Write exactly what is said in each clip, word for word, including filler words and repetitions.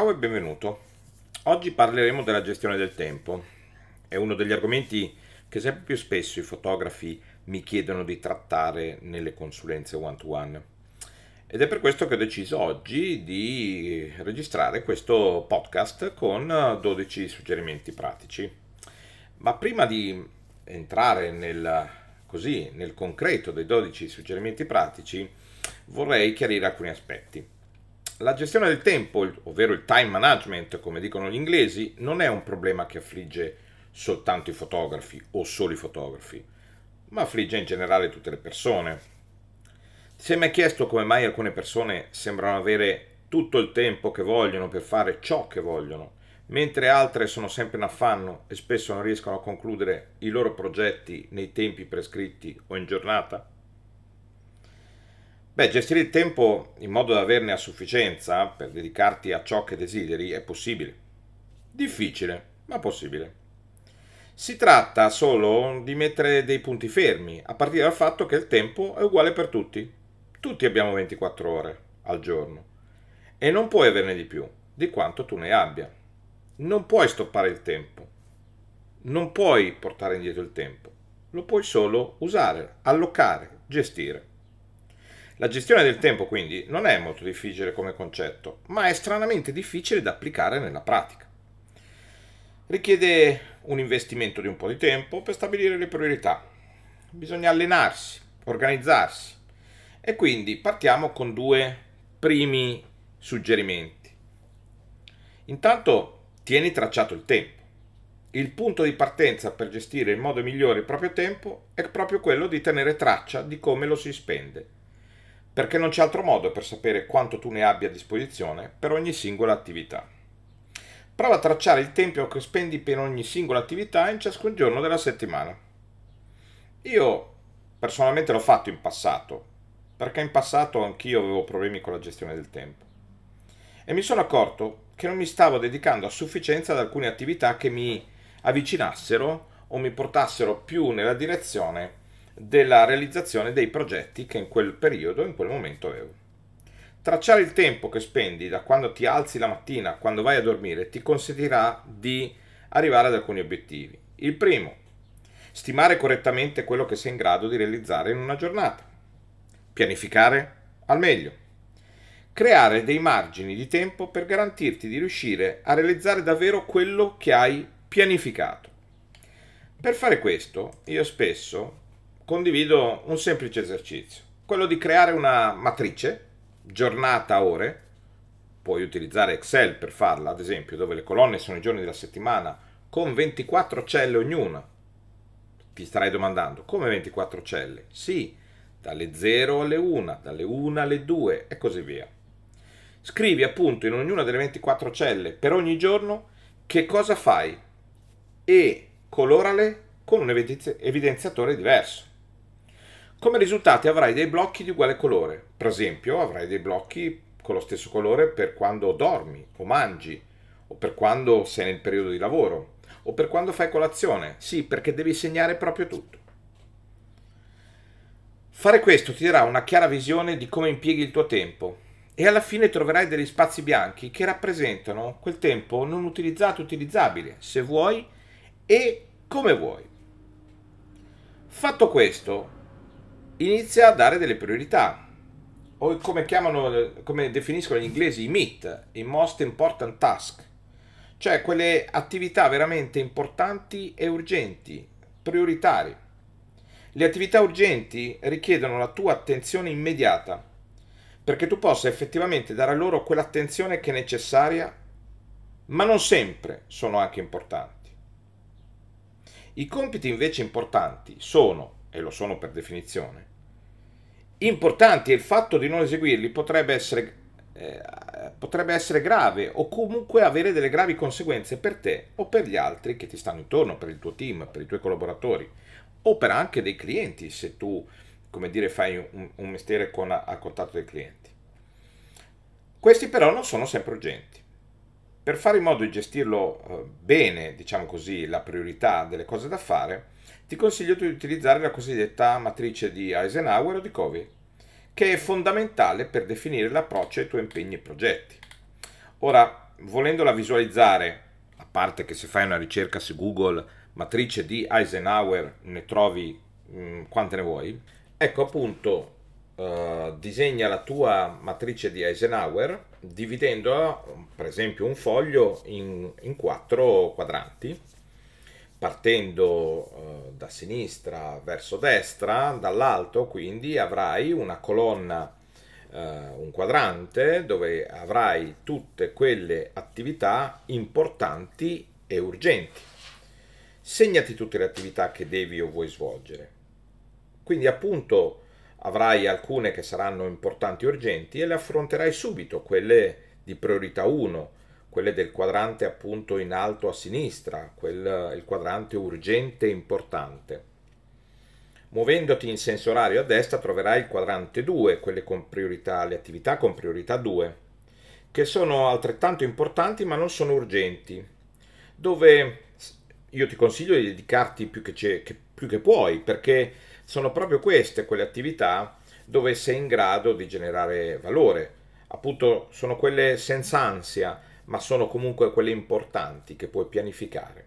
Ciao e benvenuto. Oggi parleremo della gestione del tempo. È uno degli argomenti che sempre più spesso i fotografi mi chiedono di trattare nelle consulenze one-to-one. Ed è per questo che ho deciso oggi di registrare questo podcast con dodici suggerimenti pratici. Ma prima di entrare nel, così, nel concreto dei dodici suggerimenti pratici, vorrei chiarire alcuni aspetti. La gestione del tempo, ovvero il time management, come dicono gli inglesi, non è un problema che affligge soltanto i fotografi o solo i fotografi, ma affligge in generale tutte le persone. Ti sei mai chiesto come mai alcune persone sembrano avere tutto il tempo che vogliono per fare ciò che vogliono, mentre altre sono sempre in affanno e spesso non riescono a concludere i loro progetti nei tempi prescritti o in giornata? Beh, gestire il tempo in modo da averne a sufficienza per dedicarti a ciò che desideri è possibile. Difficile, ma possibile. Si tratta solo di mettere dei punti fermi, a partire dal fatto che il tempo è uguale per tutti. Tutti abbiamo ventiquattro ore al giorno e non puoi averne di più di quanto tu ne abbia. Non puoi stoppare il tempo, non puoi portare indietro il tempo, lo puoi solo usare, allocare, gestire. La gestione del tempo quindi non è molto difficile come concetto, ma è stranamente difficile da applicare nella pratica. Richiede un investimento di un po' di tempo per stabilire le priorità. Bisogna allenarsi, organizzarsi e quindi partiamo con due primi suggerimenti. Intanto tieni tracciato il tempo. Il punto di partenza per gestire in modo migliore il proprio tempo è proprio quello di tenere traccia di come lo si spende, perché non c'è altro modo per sapere quanto tu ne abbia a disposizione per ogni singola attività. Prova a tracciare il tempo che spendi per ogni singola attività in ciascun giorno della settimana. Io personalmente l'ho fatto in passato, perché in passato anch'io avevo problemi con la gestione del tempo. E mi sono accorto che non mi stavo dedicando a sufficienza ad alcune attività che mi avvicinassero o mi portassero più nella direzione della realizzazione dei progetti che in quel periodo, in quel momento avevo. Tracciare il tempo che spendi da quando ti alzi la mattina a quando vai a dormire ti consentirà di arrivare ad alcuni obiettivi. Il primo, stimare correttamente quello che sei in grado di realizzare in una giornata. Pianificare al meglio. Creare dei margini di tempo per garantirti di riuscire a realizzare davvero quello che hai pianificato. Per fare questo, io spesso condivido un semplice esercizio, quello di creare una matrice, giornata, ore. Puoi utilizzare Excel per farla, ad esempio, dove le colonne sono i giorni della settimana con ventiquattro celle ognuna. Ti starai domandando, come ventiquattro celle? Sì, dalle zero alle uno, dalle uno alle due e così via. Scrivi appunto in ognuna delle ventiquattro celle per ogni giorno che cosa fai e colorale con un evidenziatore diverso. Come risultati avrai dei blocchi di uguale colore. Per esempio, avrai dei blocchi con lo stesso colore per quando dormi o mangi, o per quando sei nel periodo di lavoro, o per quando fai colazione. Sì, perché devi segnare proprio tutto. Fare questo ti darà una chiara visione di come impieghi il tuo tempo e alla fine troverai degli spazi bianchi che rappresentano quel tempo non utilizzato, utilizzabile, se vuoi e come vuoi. Fatto questo, inizia a dare delle priorità, o come chiamano, come definiscono gli inglesi, i M I T, i Most Important Task, cioè quelle attività veramente importanti e urgenti, prioritari. Le attività urgenti richiedono la tua attenzione immediata, perché tu possa effettivamente dare loro quell'attenzione che è necessaria, ma non sempre sono anche importanti. I compiti invece importanti sono, e lo sono per definizione, importanti e il fatto di non eseguirli potrebbe essere, eh, potrebbe essere grave o comunque avere delle gravi conseguenze per te o per gli altri che ti stanno intorno, per il tuo team, per i tuoi collaboratori o per anche dei clienti se tu, come dire, fai un, un mestiere con, a contatto dei clienti. Questi però non sono sempre urgenti. Per fare in modo di gestirlo eh, bene, diciamo così, la priorità delle cose da fare, ti consiglio di utilizzare la cosiddetta matrice di Eisenhower o di Covey, che è fondamentale per definire l'approccio ai tuoi impegni e progetti. Ora, volendola visualizzare, a parte che se fai una ricerca su Google, matrice di Eisenhower, ne trovi mh, quante ne vuoi, ecco appunto, eh, disegna la tua matrice di Eisenhower dividendola, per esempio, un foglio in, in quattro quadranti, partendo eh, da sinistra verso destra, dall'alto, quindi avrai una colonna, eh, un quadrante dove avrai tutte quelle attività importanti e urgenti. Segnati tutte le attività che devi o vuoi svolgere. Quindi appunto avrai alcune che saranno importanti e urgenti e le affronterai subito, quelle di priorità uno, quelle del quadrante appunto in alto a sinistra, quel, il quadrante urgente e importante. Muovendoti in senso orario a destra troverai il quadrante due, quelle con priorità, le attività con priorità due, che sono altrettanto importanti ma non sono urgenti, dove io ti consiglio di dedicarti più che, che, più che puoi, perché sono proprio queste quelle attività dove sei in grado di generare valore. Appunto sono quelle senza ansia, ma sono comunque quelle importanti che puoi pianificare.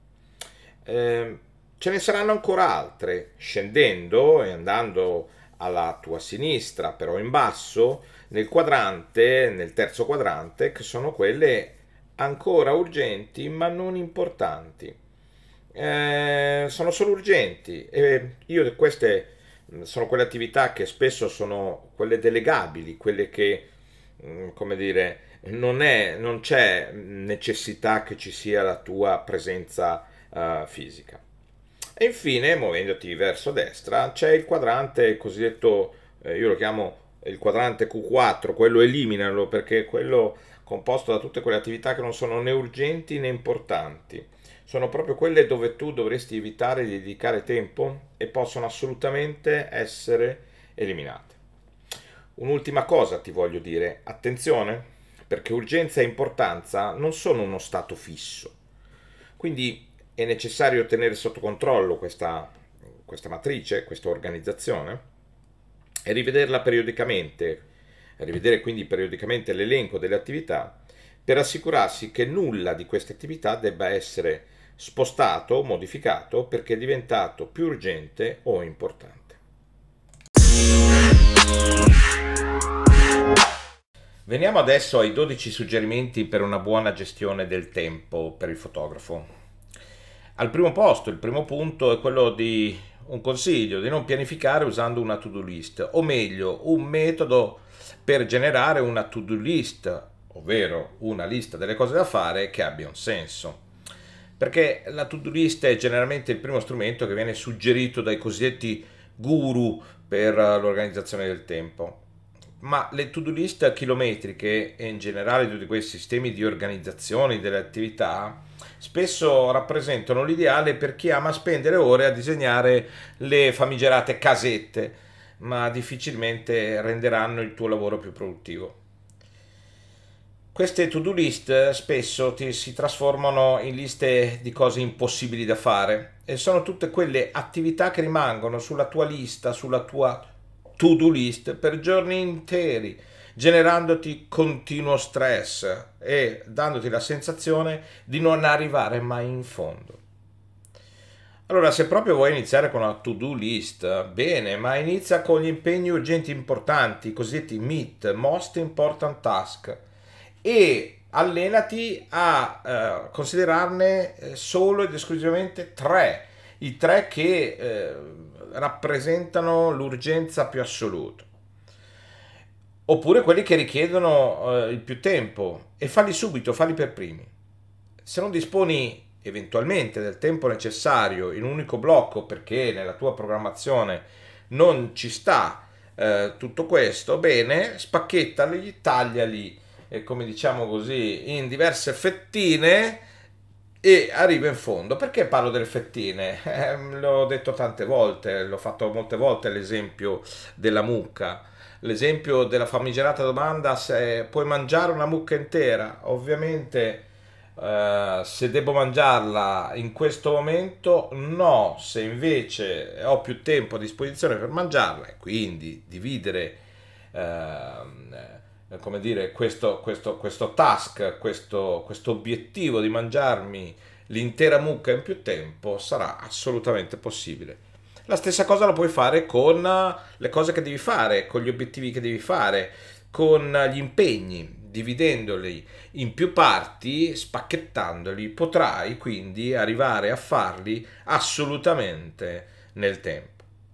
Eh, ce ne saranno ancora altre, scendendo e andando alla tua sinistra, però in basso, nel quadrante, nel terzo quadrante, che sono quelle ancora urgenti ma non importanti. Eh, sono solo urgenti e io queste sono quelle attività che spesso sono quelle delegabili, quelle che, come dire, non è, non c'è necessità che ci sia la tua presenza uh, fisica. E infine, muovendoti verso destra, c'è il quadrante cosiddetto, eh, io lo chiamo il quadrante Q quattro, quello eliminalo perché è quello composto da tutte quelle attività che non sono né urgenti né importanti. Sono proprio quelle dove tu dovresti evitare di dedicare tempo e possono assolutamente essere eliminate. Un'ultima cosa ti voglio dire, attenzione, perché urgenza e importanza non sono uno stato fisso. Quindi è necessario tenere sotto controllo questa, questa matrice, questa organizzazione e rivederla periodicamente, rivedere quindi periodicamente l'elenco delle attività per assicurarsi che nulla di queste attività debba essere spostato o modificato perché è diventato più urgente o importante. Veniamo adesso ai dodici suggerimenti per una buona gestione del tempo per il fotografo. Al primo posto, il primo punto è quello di un consiglio di non pianificare usando una to-do list, o meglio, un metodo per generare una to-do list, ovvero una lista delle cose da fare che abbia un senso. Perché la to-do list è generalmente il primo strumento che viene suggerito dai cosiddetti guru per l'organizzazione del tempo. Ma le to-do list chilometriche e in generale tutti questi sistemi di organizzazione delle attività spesso rappresentano l'ideale per chi ama spendere ore a disegnare le famigerate casette, ma difficilmente renderanno il tuo lavoro più produttivo. Queste to-do list spesso ti si trasformano in liste di cose impossibili da fare e sono tutte quelle attività che rimangono sulla tua lista, sulla tua to-do list per giorni interi, generandoti continuo stress e dandoti la sensazione di non arrivare mai in fondo. Allora, se proprio vuoi iniziare con una to-do list, bene, ma inizia con gli impegni urgenti importanti, i cosiddetti M I T, Most Important Task, e allenati a eh, considerarne solo ed esclusivamente tre, i tre che eh, rappresentano l'urgenza più assoluta, oppure quelli che richiedono eh, il più tempo, e falli subito, falli per primi. Se non disponi eventualmente del tempo necessario in un unico blocco perché nella tua programmazione non ci sta eh, tutto questo, bene, spacchettali, tagliali, eh, come diciamo così, in diverse fettine e arriva in fondo. Perché parlo delle fettine? Eh, l'ho detto tante volte, l'ho fatto molte volte l'esempio della mucca, l'esempio della famigerata domanda se puoi mangiare una mucca intera. Ovviamente Uh, se devo mangiarla in questo momento no, se invece ho più tempo a disposizione per mangiarla e quindi dividere uh, eh, come dire, questo, questo, questo task, questo, questo obiettivo di mangiarmi l'intera mucca in più tempo, sarà assolutamente possibile. La stessa cosa la puoi fare con le cose che devi fare, con gli obiettivi che devi fare, con gli impegni, dividendoli in più parti, spacchettandoli, potrai quindi arrivare a farli assolutamente nel tempo.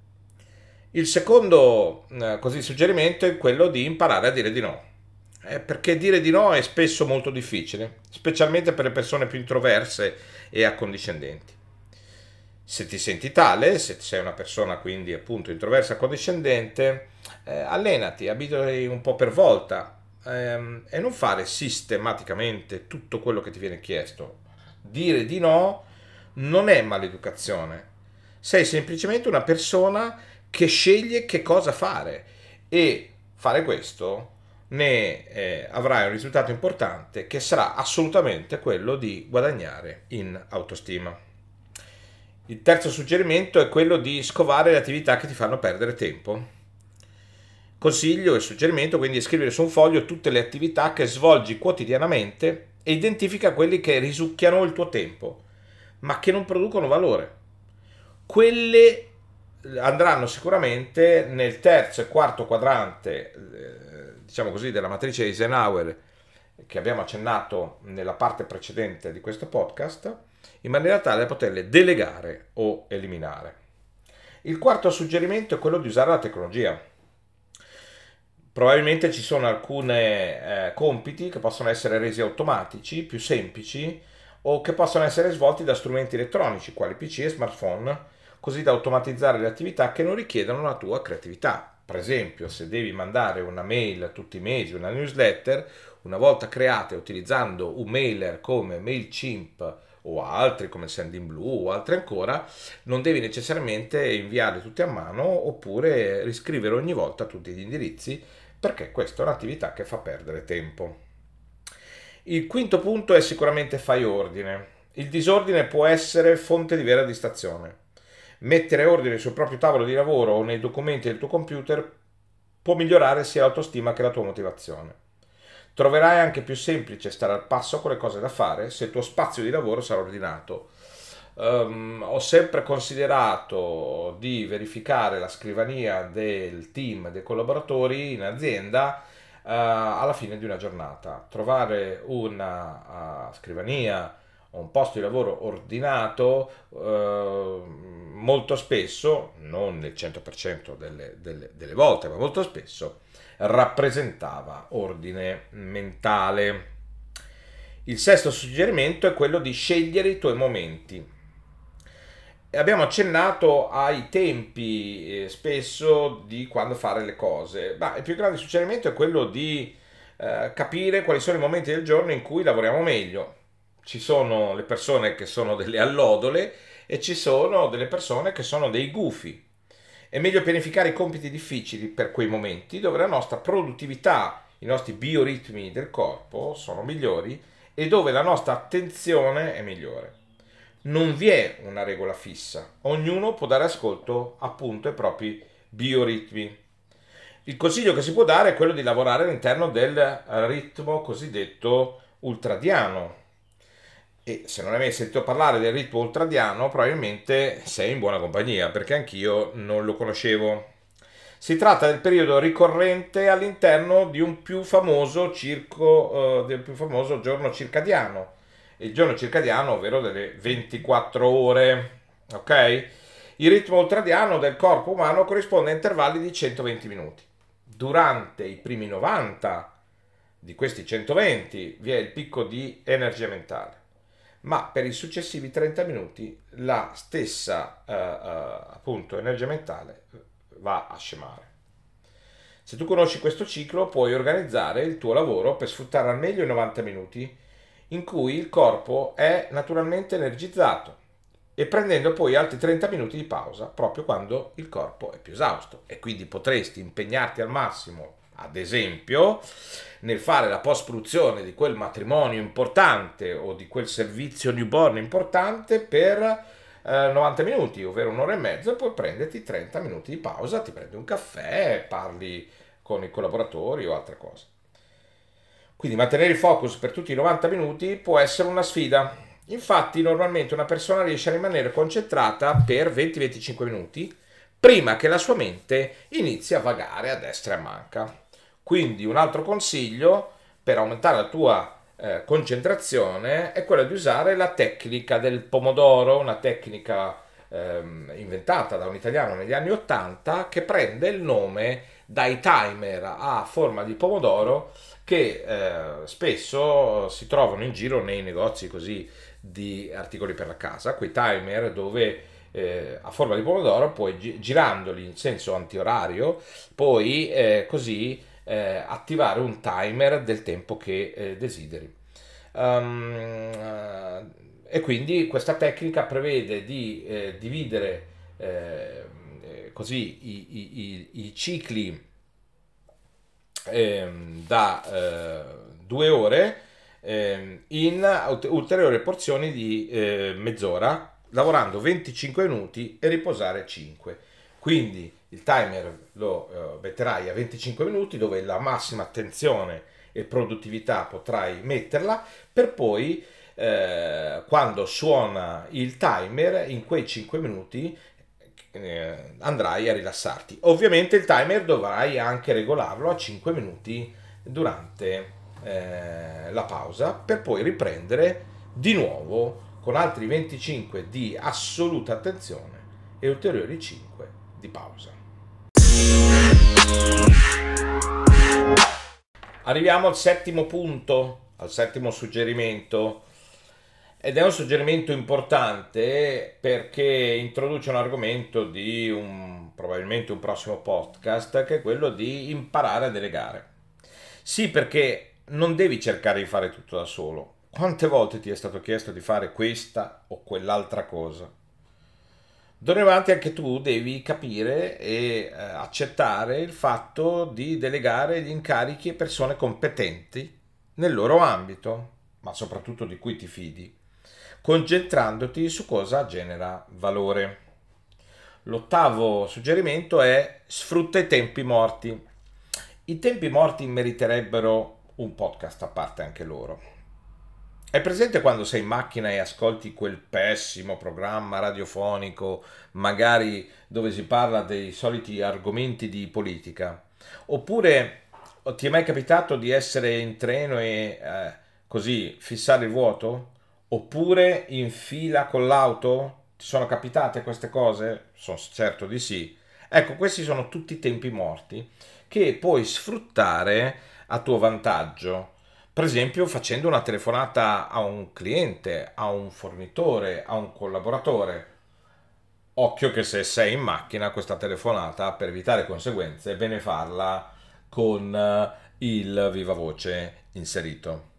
Il secondo eh, così, suggerimento è quello di imparare a dire di no. Eh, perché dire di no è spesso molto difficile, specialmente per le persone più introverse e accondiscendenti. Se ti senti tale, se sei una persona quindi appunto introversa e accondiscendente, eh, allenati, abituati un po' per volta ehm, e non fare sistematicamente tutto quello che ti viene chiesto. Dire di no non è maleducazione, sei semplicemente una persona che sceglie che cosa fare e fare questo ne eh, avrai un risultato importante che sarà assolutamente quello di guadagnare in autostima. Il terzo suggerimento è quello di scovare le attività che ti fanno perdere tempo. Consiglio e suggerimento quindi di scrivere su un foglio tutte le attività che svolgi quotidianamente e identifica quelli che risucchiano il tuo tempo, ma che non producono valore. Quelle andranno sicuramente nel terzo e quarto quadrante, eh, diciamo così, della matrice di Eisenhower che abbiamo accennato nella parte precedente di questo podcast, in maniera tale da poterle delegare o eliminare. Il quarto suggerimento è quello di usare la tecnologia. Probabilmente ci sono alcuni eh, compiti che possono essere resi automatici, più semplici, o che possono essere svolti da strumenti elettronici, quali P C e smartphone, così da automatizzare le attività che non richiedono la tua creatività. Per esempio, se devi mandare una mail tutti i mesi, una newsletter, una volta create utilizzando un mailer come MailChimp o altri come Sendinblue o altri ancora, non devi necessariamente inviarli tutti a mano oppure riscrivere ogni volta tutti gli indirizzi, perché questa è un'attività che fa perdere tempo. Il quinto punto è sicuramente fai ordine. Il disordine può essere fonte di vera distrazione. Mettere ordine sul proprio tavolo di lavoro o nei documenti del tuo computer può migliorare sia l'autostima che la tua motivazione. Troverai anche più semplice stare al passo con le cose da fare se il tuo spazio di lavoro sarà ordinato. Um, ho sempre considerato di verificare la scrivania del team, dei collaboratori in azienda uh, alla fine di una giornata. Trovare una uh, scrivania o un posto di lavoro ordinato uh, molto spesso, non nel cento per cento delle, delle, delle volte, ma molto spesso, rappresentava ordine mentale. Il sesto suggerimento è quello di scegliere i tuoi momenti. Abbiamo accennato ai tempi eh, spesso di quando fare le cose, ma il più grande suggerimento è quello di eh, capire quali sono i momenti del giorno in cui lavoriamo meglio. Ci sono le persone che sono delle allodole e ci sono delle persone che sono dei gufi. È meglio pianificare i compiti difficili per quei momenti dove la nostra produttività, i nostri bioritmi del corpo sono migliori e dove la nostra attenzione è migliore. Non vi è una regola fissa, ognuno può dare ascolto appunto ai propri bioritmi. Il consiglio che si può dare è quello di lavorare all'interno del ritmo cosiddetto ultradiano. E se non hai mai sentito parlare del ritmo ultradiano, probabilmente sei in buona compagnia, perché anch'io non lo conoscevo. Si tratta del periodo ricorrente all'interno di un più famoso circo, eh, del più famoso giorno circadiano. Il giorno circadiano, ovvero delle ventiquattro ore. Ok? Il ritmo ultradiano del corpo umano corrisponde a intervalli di centoventi minuti. Durante i primi novanta di questi centoventi vi è il picco di energia mentale, ma per i successivi trenta minuti la stessa eh, eh, appunto energia mentale va a scemare. Se tu conosci questo ciclo, puoi organizzare il tuo lavoro per sfruttare al meglio i novanta minuti in cui il corpo è naturalmente energizzato e prendendo poi altri trenta minuti di pausa proprio quando il corpo è più esausto, e quindi potresti impegnarti al massimo, ad esempio, nel fare la post-produzione di quel matrimonio importante o di quel servizio newborn importante per eh, novanta minuti, ovvero un'ora e mezza, e poi prenderti trenta minuti di pausa, ti prendi un caffè, parli con i collaboratori o altre cose. Quindi mantenere il focus per tutti i novanta minuti può essere una sfida. Infatti, normalmente una persona riesce a rimanere concentrata per venti venticinque minuti prima che la sua mente inizi a vagare a destra e a manca. Quindi un altro consiglio per aumentare la tua eh, concentrazione è quello di usare la tecnica del pomodoro, una tecnica ehm, inventata da un italiano negli anni ottanta che prende il nome dai timer a forma di pomodoro che eh, spesso si trovano in giro nei negozi così di articoli per la casa, quei timer dove eh, a forma di pomodoro poi gi- girandoli in senso antiorario puoi eh, così eh, attivare un timer del tempo che eh, desideri. Um, uh, e quindi questa tecnica prevede di eh, dividere eh, così i, i, i, i cicli ehm, da eh, due ore ehm, in ut- ulteriori porzioni di eh, mezz'ora, lavorando venticinque minuti e riposare cinque. Quindi il timer lo eh, metterai a venticinque minuti dove la massima attenzione e produttività potrai metterla per poi eh, quando suona il timer in quei cinque minuti eh, andrai a rilassarti. Ovviamente il timer dovrai anche regolarlo a cinque minuti durante eh, la pausa per poi riprendere di nuovo con altri venticinque di assoluta attenzione e ulteriori cinque di pausa. Arriviamo al settimo punto, al settimo suggerimento. Ed è un suggerimento importante perché introduce un argomento di un, probabilmente un prossimo podcast, che è quello di imparare a delegare. Sì, perché non devi cercare di fare tutto da solo. Quante volte ti è stato chiesto di fare questa o quell'altra cosa? D'ora in avanti anche tu devi capire e eh, accettare il fatto di delegare gli incarichi a persone competenti nel loro ambito, ma soprattutto di cui ti fidi, concentrandoti su cosa genera valore. L'ottavo suggerimento è sfrutta i tempi morti. I tempi morti meriterebbero un podcast a parte anche loro. Hai presente quando sei in macchina e ascolti quel pessimo programma radiofonico, magari dove si parla dei soliti argomenti di politica? Oppure ti è mai capitato di essere in treno e eh, così fissare il vuoto? Oppure in fila con l'auto? Ti sono capitate queste cose? Sono certo di sì. Ecco, questi sono tutti tempi morti che puoi sfruttare a tuo vantaggio. Per esempio, facendo una telefonata a un cliente, a un fornitore, a un collaboratore. Occhio che se sei in macchina questa telefonata, per evitare conseguenze, è bene farla con eh, il viva voce inserito.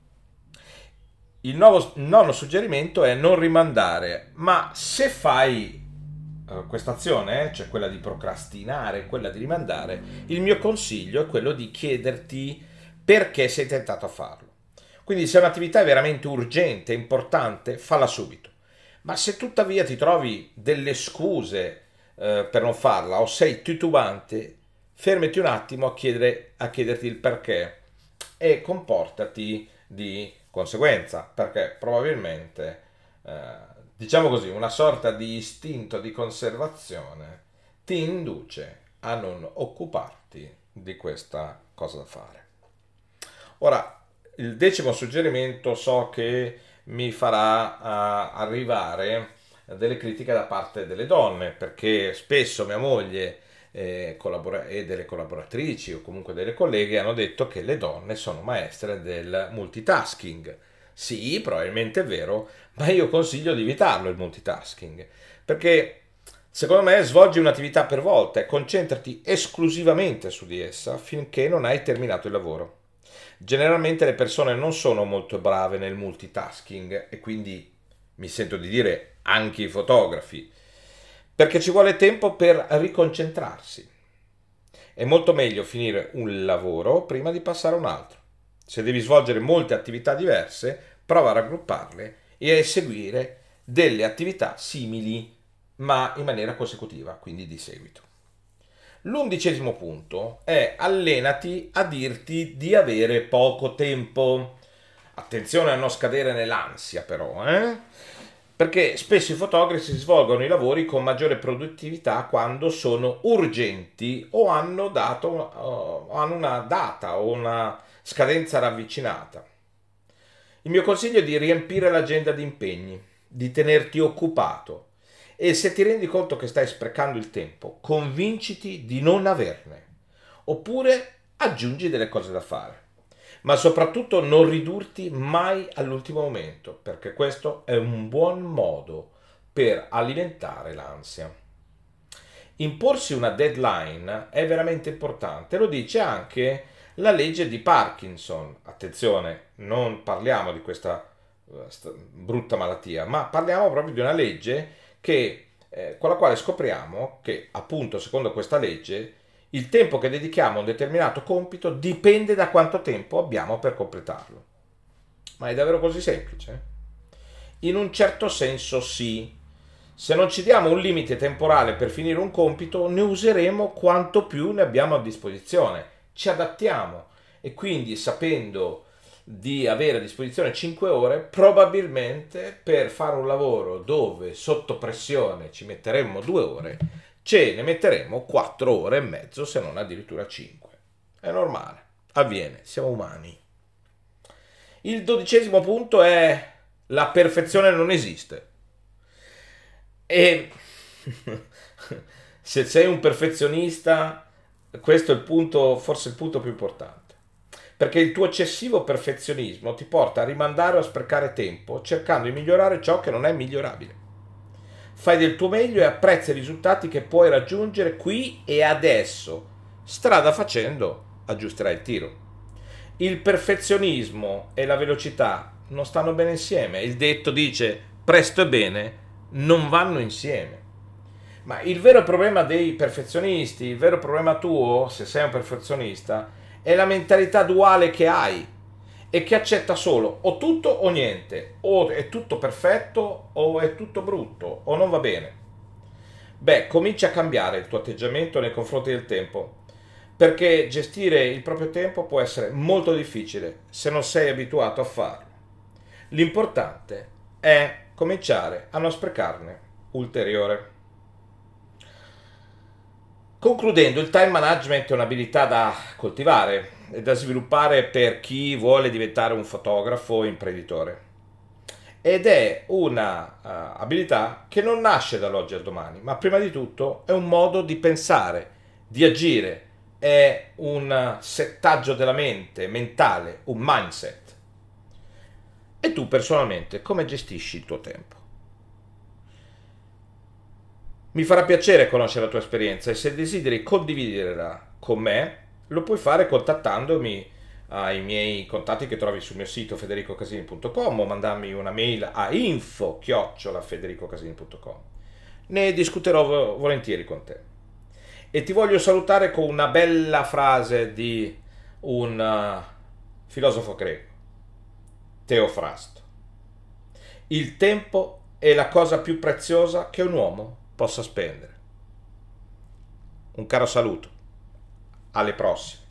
Il, nuovo, il nono suggerimento è non rimandare, ma se fai eh, questa azione, eh, cioè quella di procrastinare, quella di rimandare, il mio consiglio è quello di chiederti perché sei tentato a farlo. Quindi se un'attività è veramente urgente, importante, falla subito. Ma se tuttavia ti trovi delle scuse eh, per non farla o sei titubante, fermati un attimo a, chiedere, a chiederti il perché e comportati di conseguenza, perché probabilmente, eh, diciamo così, una sorta di istinto di conservazione ti induce a non occuparti di questa cosa da fare. Ora, il decimo suggerimento so che mi farà uh, arrivare delle critiche da parte delle donne, perché spesso mia moglie eh, collabora- e delle collaboratrici o comunque delle colleghe hanno detto che le donne sono maestre del multitasking. Sì, probabilmente è vero, ma io consiglio di evitarlo il multitasking, perché secondo me svolgi un'attività per volta e concentrati esclusivamente su di essa finché non hai terminato il lavoro. Generalmente le persone non sono molto brave nel multitasking e quindi mi sento di dire anche i fotografi, perché ci vuole tempo per riconcentrarsi. È molto meglio finire un lavoro prima di passare a un altro. Se devi svolgere molte attività diverse, prova a raggrupparle e a eseguire delle attività simili ma in maniera consecutiva, quindi di seguito. L'undicesimo punto è allenati a dirti di avere poco tempo. Attenzione a non scadere nell'ansia però, eh? Perché spesso i fotografi svolgono i lavori con maggiore produttività quando sono urgenti o hanno, dato, o hanno una data o una scadenza ravvicinata. Il mio consiglio è di riempire l'agenda di impegni, di tenerti occupato e se ti rendi conto che stai sprecando il tempo, convinciti di non averne oppure aggiungi delle cose da fare. Ma soprattutto non ridurti mai all'ultimo momento, perché questo è un buon modo per alimentare l'ansia. Imporsi una deadline è veramente importante, lo dice anche la legge di Parkinson. Attenzione, non parliamo di questa uh, brutta malattia, ma parliamo proprio di una legge che, eh, con la quale scopriamo che, appunto, secondo questa legge, il tempo che dedichiamo a un determinato compito dipende da quanto tempo abbiamo per completarlo. Ma è davvero così semplice? In un certo senso sì. Se non ci diamo un limite temporale per finire un compito, ne useremo quanto più ne abbiamo a disposizione. Ci adattiamo e quindi, sapendo di avere a disposizione cinque ore, probabilmente per fare un lavoro dove sotto pressione ci metteremmo due ore, ce ne metteremo quattro ore e mezzo, se non addirittura cinque. È normale, avviene, siamo umani. Il dodicesimo punto è: la perfezione non esiste. E se sei un perfezionista, questo è il punto, forse il punto più importante, perché il tuo eccessivo perfezionismo ti porta a rimandare o a sprecare tempo cercando di migliorare ciò che non è migliorabile. Fai del tuo meglio e apprezza i risultati che puoi raggiungere qui e adesso. Strada facendo, aggiusterai il tiro. Il perfezionismo e la velocità non stanno bene insieme. Il detto dice: presto e bene non vanno insieme. Ma il vero problema dei perfezionisti, il vero problema tuo, se sei un perfezionista, è la mentalità duale che hai e che accetta solo o tutto o niente, o è tutto perfetto o è tutto brutto o non va bene. Beh, comincia a cambiare il tuo atteggiamento nei confronti del tempo, perché gestire il proprio tempo può essere molto difficile se non sei abituato a farlo. L'importante è cominciare a non sprecarne ulteriore. Concludendo, il time management è un'abilità da coltivare e da sviluppare per chi vuole diventare un fotografo o imprenditore. Ed è una uh, abilità che non nasce dall'oggi al domani, ma prima di tutto è un modo di pensare, di agire, è un settaggio della mente, mentale, un mindset. E tu personalmente come gestisci il tuo tempo? Mi farà piacere conoscere la tua esperienza e se desideri condividerla con me, lo puoi fare contattandomi ai miei contatti che trovi sul mio sito federico casini punto com o mandarmi una mail a info chiocciola federico casini punto com. Ne discuterò volentieri con te. E ti voglio salutare con una bella frase di un uh, filosofo greco, Teofrasto. Il tempo è la cosa più preziosa che un uomo possa spendere. Un caro saluto, alle prossime.